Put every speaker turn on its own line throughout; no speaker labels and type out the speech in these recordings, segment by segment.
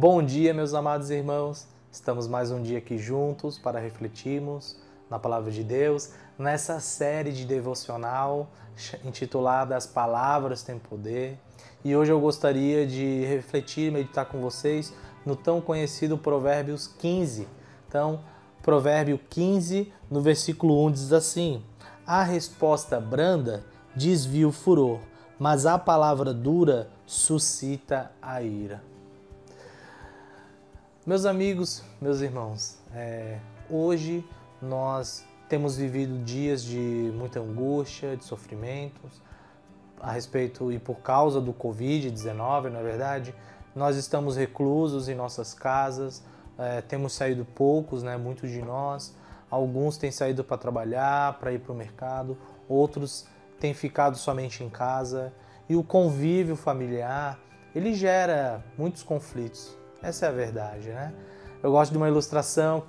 Bom dia, meus amados irmãos. Estamos mais um dia aqui juntos para refletirmos na Palavra de Deus, nessa série de devocional intitulada As Palavras Têm Poder. E hoje eu gostaria de refletir e meditar com vocês no tão conhecido Provérbios 15. Então, Provérbio 15, no versículo 1 diz assim: A resposta branda desvia o furor, mas a palavra dura suscita a ira. Meus amigos, meus irmãos, hoje nós temos vivido dias de muita angústia, de sofrimentos, a respeito e por causa do Covid-19, não é verdade? Nós estamos reclusos em nossas casas, temos saído poucos, né? Muitos de nós. Alguns têm saído para trabalhar, para ir para o mercado, outros têm ficado somente em casa. E o convívio familiar, ele gera muitos conflitos. Essa é a verdade, né? Eu gosto de uma ilustração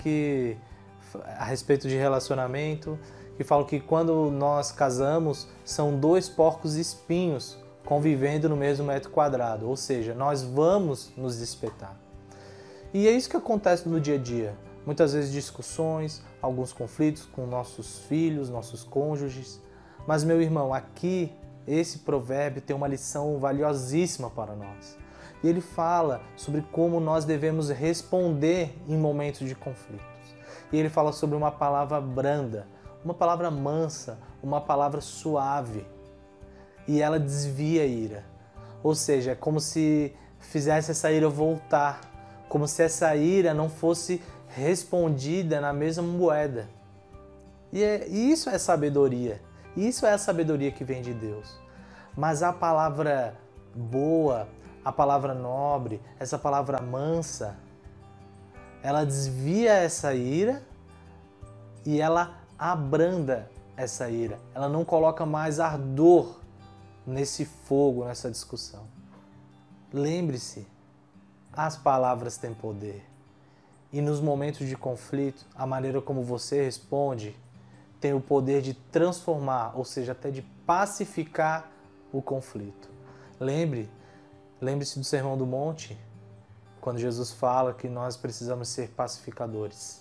a respeito de relacionamento, que fala que quando nós casamos, são dois porcos espinhos convivendo no mesmo metro quadrado, ou seja, nós vamos nos espetar. E é isso que acontece no dia a dia. Muitas vezes discussões, alguns conflitos com nossos filhos, nossos cônjuges. Mas, meu irmão, aqui, esse provérbio tem uma lição valiosíssima para nós. E ele fala sobre como nós devemos responder em momentos de conflitos. E ele fala sobre uma palavra branda, uma palavra mansa, uma palavra suave. E ela desvia a ira. Ou seja, é como se fizesse essa ira voltar, como se essa ira não fosse respondida na mesma moeda. E isso é sabedoria. Isso é a sabedoria que vem de Deus. Mas a palavra boa, a palavra nobre, essa palavra mansa, ela desvia essa ira e ela abranda essa ira. Ela não coloca mais ardor nesse fogo, nessa discussão. Lembre-se, as palavras têm poder. E nos momentos de conflito, a maneira como você responde tem o poder de transformar, ou seja, até de pacificar o conflito. Lembre-se do Sermão do Monte, quando Jesus fala que nós precisamos ser pacificadores.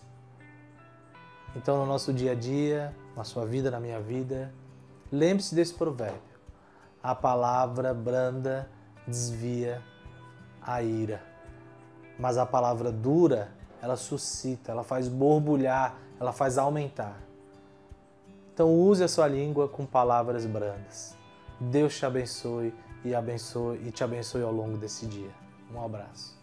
Então, no nosso dia a dia, na sua vida, na minha vida, lembre-se desse provérbio. A palavra branda desvia a ira, mas a palavra dura, ela suscita, ela faz borbulhar, ela faz aumentar. Então, use a sua língua com palavras brandas. Deus te abençoe e te abençoe ao longo desse dia. Um abraço.